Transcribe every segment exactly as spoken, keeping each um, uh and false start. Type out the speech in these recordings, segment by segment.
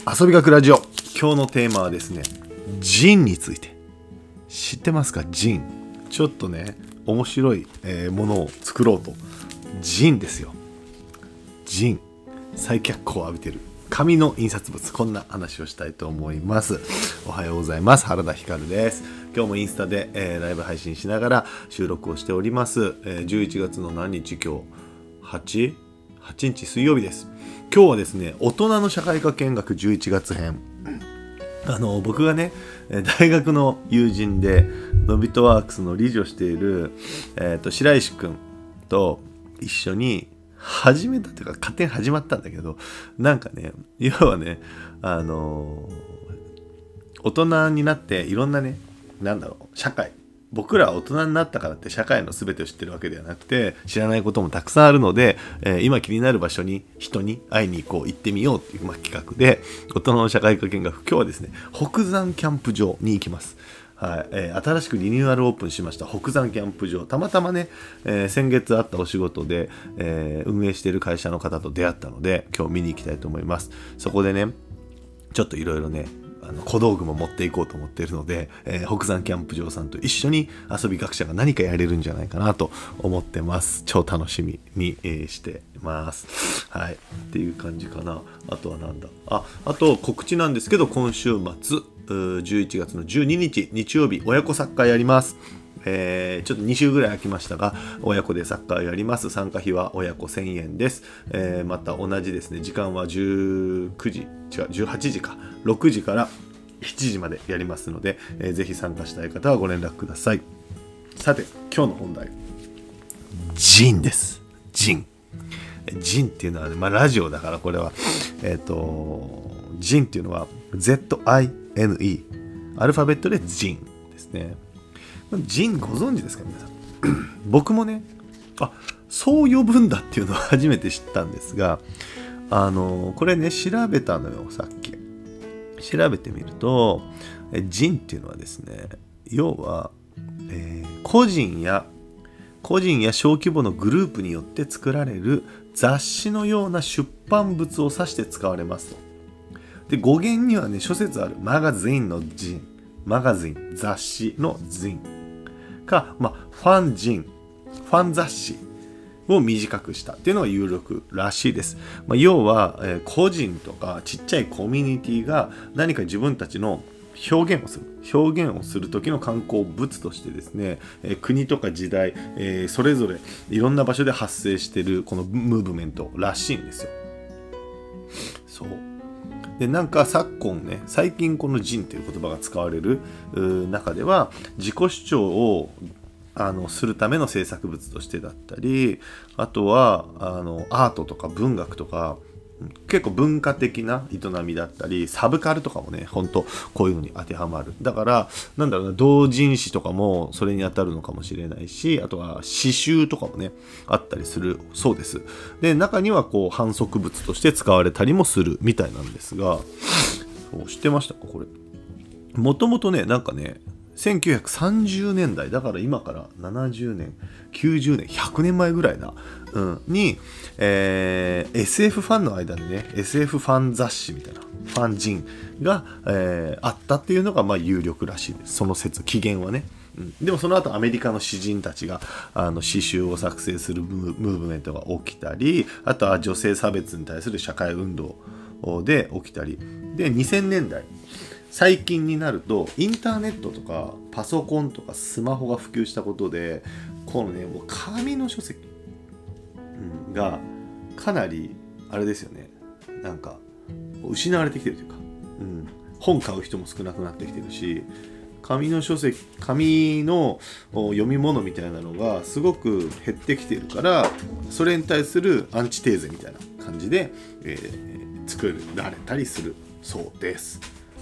遊び学ラジオ、今日のテーマはですね、ジンについて。知ってますか？ジン。ちょっとね面白い、えー、ものを作ろうと。ジンですよ。ジン。再脚光を浴びてる紙の印刷物、こんな話をしたいと思います。おはようございます。原田光です。今日もインスタで、えー、ライブ配信しながら収録をしております。えー、じゅういちがつの何日？今日 はち? はちにち水曜日です。今日はですね、大人の社会科見学じゅういちがつ編。あの僕がね大学の友人でノビトワークスの理事をしている、えー、と白石くんと一緒に始めたというか勝手に始まったんだけど、なんかね要はねあのー、大人になっていろんなねなんだろう社会、僕らは大人になったからって社会の全てを知ってるわけではなくて、知らないこともたくさんあるので、えー、今気になる場所に人に会いに行こう、行ってみようっていう、まあ、企画で大人の社会科見学、今日はですね北山キャンプ場に行きます。はい、えー、新しくリニューアルオープンしました北山キャンプ場。たまたまね、えー、先月あったお仕事で、えー、運営している会社の方と出会ったので今日見に行きたいと思います。そこでねちょっといろいろねあの小道具も持っていこうと思っているので、えー、北山キャンプ場さんと一緒に遊び学者が何かやれるんじゃないかなと思ってます。超楽しみに、えー、してます。はい、っていう感じかな。あとはなんだああと告知なんですけど、今週末じゅういちがつのじゅうににち日曜日親子サッカーやります。えー、ちょっとに週ぐらい空きましたが親子でサッカーやります。参加費は親子せんえんです。えー、また同じですね時間はじゅうくじ違うじゅうはちじかろくじからしちじまでやりますので、えー、ぜひ参加したい方はご連絡ください。さて今日の本題、ジンです。ジンジンっていうのは、ねまあ、ラジオだからこれはえっ、ー、とジンっていうのは ゼットアイエヌイー アルファベットでジンですね。ジンご存知ですか皆さん？僕もねあそう呼ぶんだっていうのを初めて知ったんですが、あのこれね調べたのよ。さっき調べてみるとジンっていうのはですね、要は、えー、個人や個人や小規模のグループによって作られる雑誌のような出版物を指して使われますと。で語源にはね諸説ある。マガジンのジン、マガジン雑誌のジンか、まあ、ファンジンファン雑誌を短くしたっていうのが有力らしいです。まあ、要は、えー、個人とかちっちゃいコミュニティが何か自分たちの表現をする表現をする時の観光物としてですね、えー、国とか時代、えー、それぞれいろんな場所で発生しているこのムーブメントらしいんですよ。そうでなんか昨今ね最近このジンという言葉が使われる中では自己主張をあのするための制作物としてだったり、あとはあのアートとか文学とか結構文化的な営みだったり、サブカルとかもね本当こういうのに当てはまる。だからなんだろうな、同人誌とかもそれに当たるのかもしれないし、あとは詩集とかもねあったりするそうです。で中にはこう反則物として使われたりもするみたいなんですが、そう知ってましたかこれ？もともとねなんかねせんきゅうひゃくさんじゅうねんだいだから今からななじゅうねんきゅうじゅうねんひゃくねんまえぐらいだ、うん、に、えー、エスエフ ファンの間にね エスエフ ファン雑誌みたいなファンジンが、えー、あったっていうのがまあ有力らしいです。その説起源はね、うん、でもその後アメリカの詩人たちがあの詩集を作成するムーブメントが起きたり、あとは女性差別に対する社会運動で起きたりで、にせんねんだい最近になるとインターネットとかパソコンとかスマホが普及したことで、このねもう紙の書籍がかなりあれですよね、なんか失われてきてるというか、うん、本買う人も少なくなってきてるし、紙の書籍紙の読み物みたいなのがすごく減ってきてるから、それに対するアンチテーゼみたいな感じで、えー、作られたりするそうです。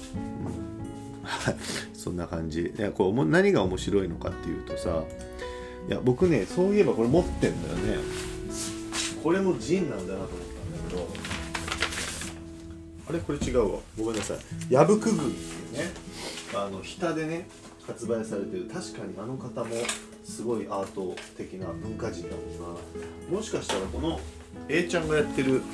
そんな感じ。いやこう何が面白いのかっていうとさ、いや僕ねそういえばこれ持ってんだよね。これもジンなんだなと思ったんだけど、あれこれ違うわ、ごめんなさい。ヤブクグイっていうねあの日田でね発売されてる、確かにあの方もすごいアート的な文化人だもんな。もしかしたらこの A ちゃんがやってる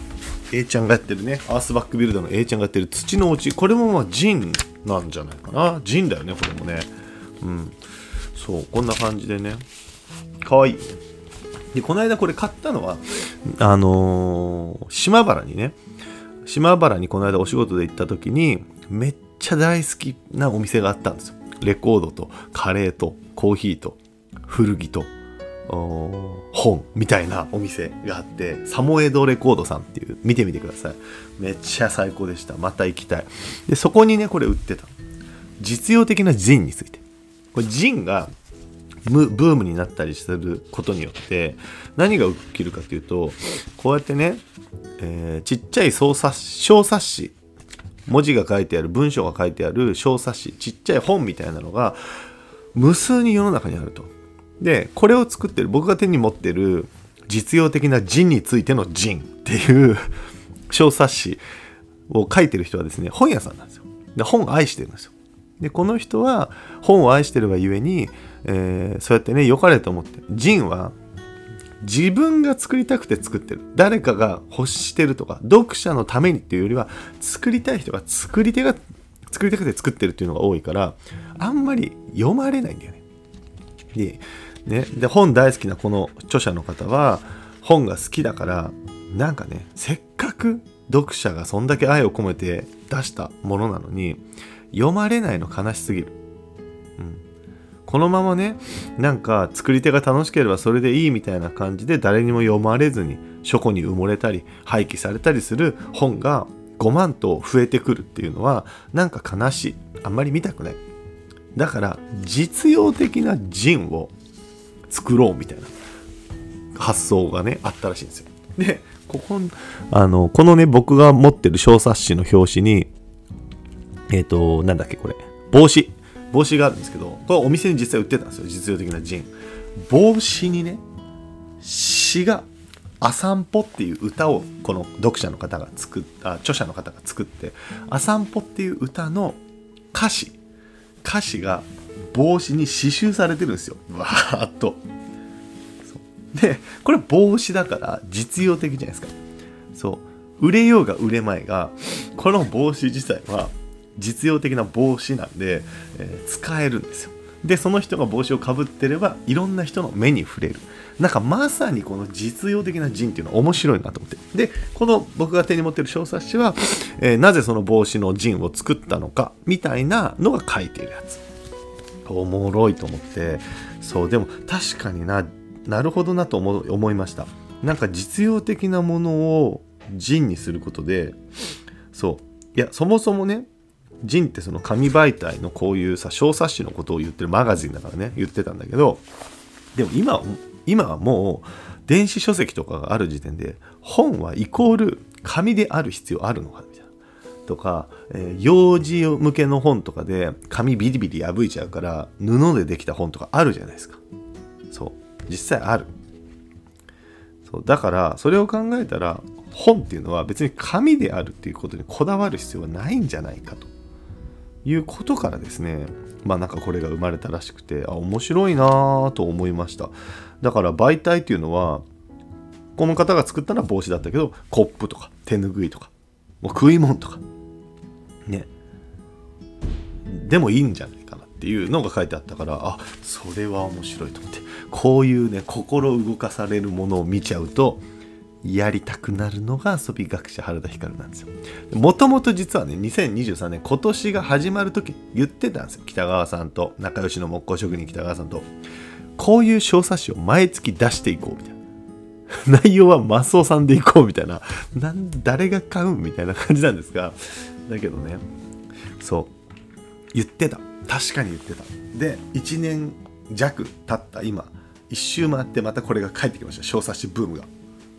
A ちゃんがやってるね、アースバックビルドの A ちゃんがやってる土のお家、これもまあジンなんじゃないかな。ジンだよね、これもね。うん。そう、こんな感じでね。かわいい。で、この間これ買ったのは、あのー、島原にね、島原にこの間お仕事で行った時に、めっちゃ大好きなお店があったんですよ。レコードとカレーとコーヒーと古着と本みたいなお店があって、サモエドレコードさんっていう、見てみてください。めっちゃ最高でした。また行きたい。で、そこにね、これ売ってた。実用的なジンについて。これジンがブームになったりすることによって何が起きるかというと、こうやってね、えー、ちっちゃい小冊子、小冊子、文字が書いてある、文章が書いてある小冊子、ちっちゃい本みたいなのが無数に世の中にあると。で、これを作ってる、僕が手に持ってる実用的なジンについてのジンっていう小冊子を書いてる人はですね、本屋さんなんですよ。で、本を愛してるんですよ。で、この人は本を愛してるがゆえに、えー、そうやってね、良かれと思って、ジンは自分が作りたくて作ってる、誰かが欲してるとか読者のためにっていうよりは、作りたい人が作り手が作りたくて作ってるっていうのが多いから、あんまり読まれないんだよね。で、ね、で本大好きなこの著者の方は本が好きだから、なんかね、せっかく読者がそんだけ愛を込めて出したものなのに読まれないの悲しすぎる。うん、このままね、なんか作り手が楽しければそれでいいみたいな感じで誰にも読まれずに書庫に埋もれたり廃棄されたりする本がごまんと増えてくるっていうのはなんか悲しい。あんまり見たくない。だから実用的なジンを作ろうみたいな発想がねあったらしいんですよ。で、ここあのこのね、僕が持ってる小冊子の表紙にえっとなんだっけこれ、帽子帽子があるんですけど、これお店に実際売ってたんですよ、実用的なジン。帽子にね、詩がアサンポっていう歌をこの読者の方が作っあ著者の方が作って、アサンポっていう歌の歌詞歌詞が帽子に刺繍されてるんですよ、わーっと。そうで、これ帽子だから実用的じゃないですか。そう売れようが売れまいが、この帽子自体は実用的な帽子なんで、えー、使えるんですよ。で、その人が帽子をかぶってればいろんな人の目に触れる。なんかまさにこの実用的なジンっていうのは面白いなと思って。で、この僕が手に持ってる小冊子は、えー、なぜその帽子のジンを作ったのかみたいなのが書いているやつ。おもろいと思って。そう、でも確かにな、なるほどなと思、思いました。なんか実用的なものをジンにすることで、そう、いや、そもそもね、ジンってその紙媒体のこういうさ、小冊子のことを言ってるマガジンだからね、言ってたんだけど、でも今、今はもう電子書籍とかがある時点で、本はイコール紙である必要あるのかみたいな。とか、えー、幼児向けの本とかで紙ビリビリ破いちゃうから布でできた本とかあるじゃないですか。そう、実際ある。そうだからそれを考えたら、本っていうのは別に紙であるっていうことにこだわる必要はないんじゃないかということからですね、まあなんかこれが生まれたらしくて、あ、面白いなぁと思いました。だから媒体っていうのは、この方が作ったのは帽子だったけど、コップとか手ぬぐいとかもう食い物とかね、でもいいんじゃないかなっていうのが書いてあったから、あ、それは面白いと思って、こういうね、心動かされるものを見ちゃうとやりたくなるのが遊び学者原田光なんですよ。もともと実はね、にせんにじゅうさんねん今年が始まる時言ってたんですよ、北川さんと、仲良しの木工職人北川さんと、こういう小冊子を毎月出していこうみたいな内容はマスオさんでいこうみたいな、なん誰が買うみたいな感じなんですが、だけどね、そう言ってた、確かに言ってた。で、いちねん弱経った今、一周回ってまたこれが帰ってきました、小冊子ブームが。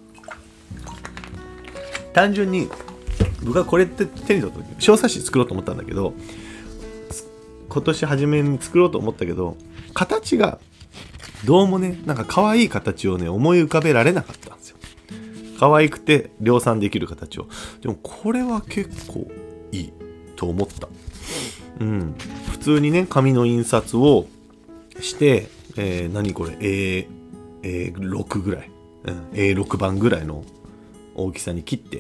単純に僕はこれって手に取った時、小冊子作ろうと思ったんだけど、今年初めに作ろうと思ったけど、形がどうもね、なんか可愛い形をね思い浮かべられなかったんですよ。可愛くて量産できる形を。でもこれは結構いいと思った。うん、普通にね、紙の印刷をして、えー、何これ エーろく ぐらい、うん、エーろく 番ぐらいの大きさに切って、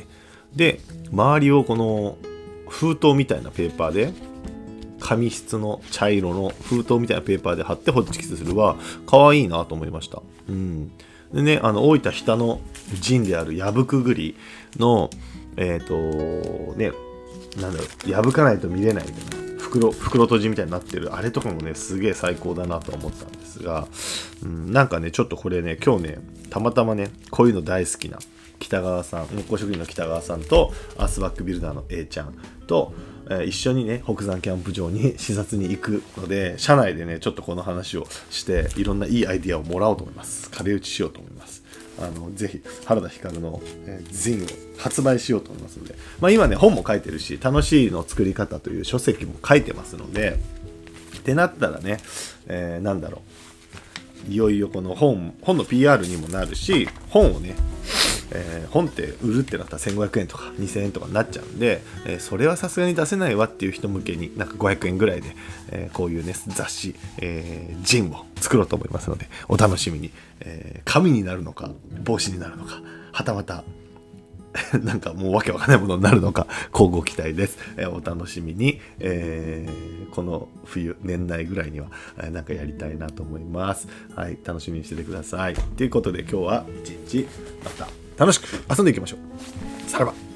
で周りをこの封筒みたいなペーパーで、紙質の茶色の封筒みたいなペーパーで貼ってホッチキスするは可愛いなと思いました。うん、でね、あの大分日田のジンであるやぶくぐりのえっ、ー、とね、なんだろう、破かないと見れないみたいな袋袋閉じみたいになってるあれとかもね、すげえ最高だなと思ったんですが、うん、なんかねちょっとこれね、今日ねたまたまねこういうの大好きな北川さん、木工職人の北川さんとアースバックビルダーの A ちゃんと、えー、一緒にね北山キャンプ場に視察に行くので、社内でねちょっとこの話をしていろんないいアイディアをもらおうと思います。壁打ちしようと思います。あのぜひ原田光の、えー、ジンを発売しようと思いますので、まあ、今ね本も書いてるし、楽しいの作り方という書籍も書いてますので、ってなったらね、えー、なんだろう、いよいよこの本本の ピーアール にもなるし、本をね、えー、本って売るってなったらせんごひゃくえんとかにせんえんとかになっちゃうんで、えー、それはさすがに出せないわっていう人向けになんかごひゃくえんぐらいで、えー、こういうね雑誌、えー、ジンを作ろうと思いますので、お楽しみに。えー、紙になるのか帽子になるのか、はたまたなんかもうわけわかんないものになるのか、乞うご期待です。えー、お楽しみに。えー、この冬年内ぐらいには、えー、なんかやりたいなと思います。はい、楽しみにしててください。ということで今日は一日また楽しく遊んでいきましょう。さらば。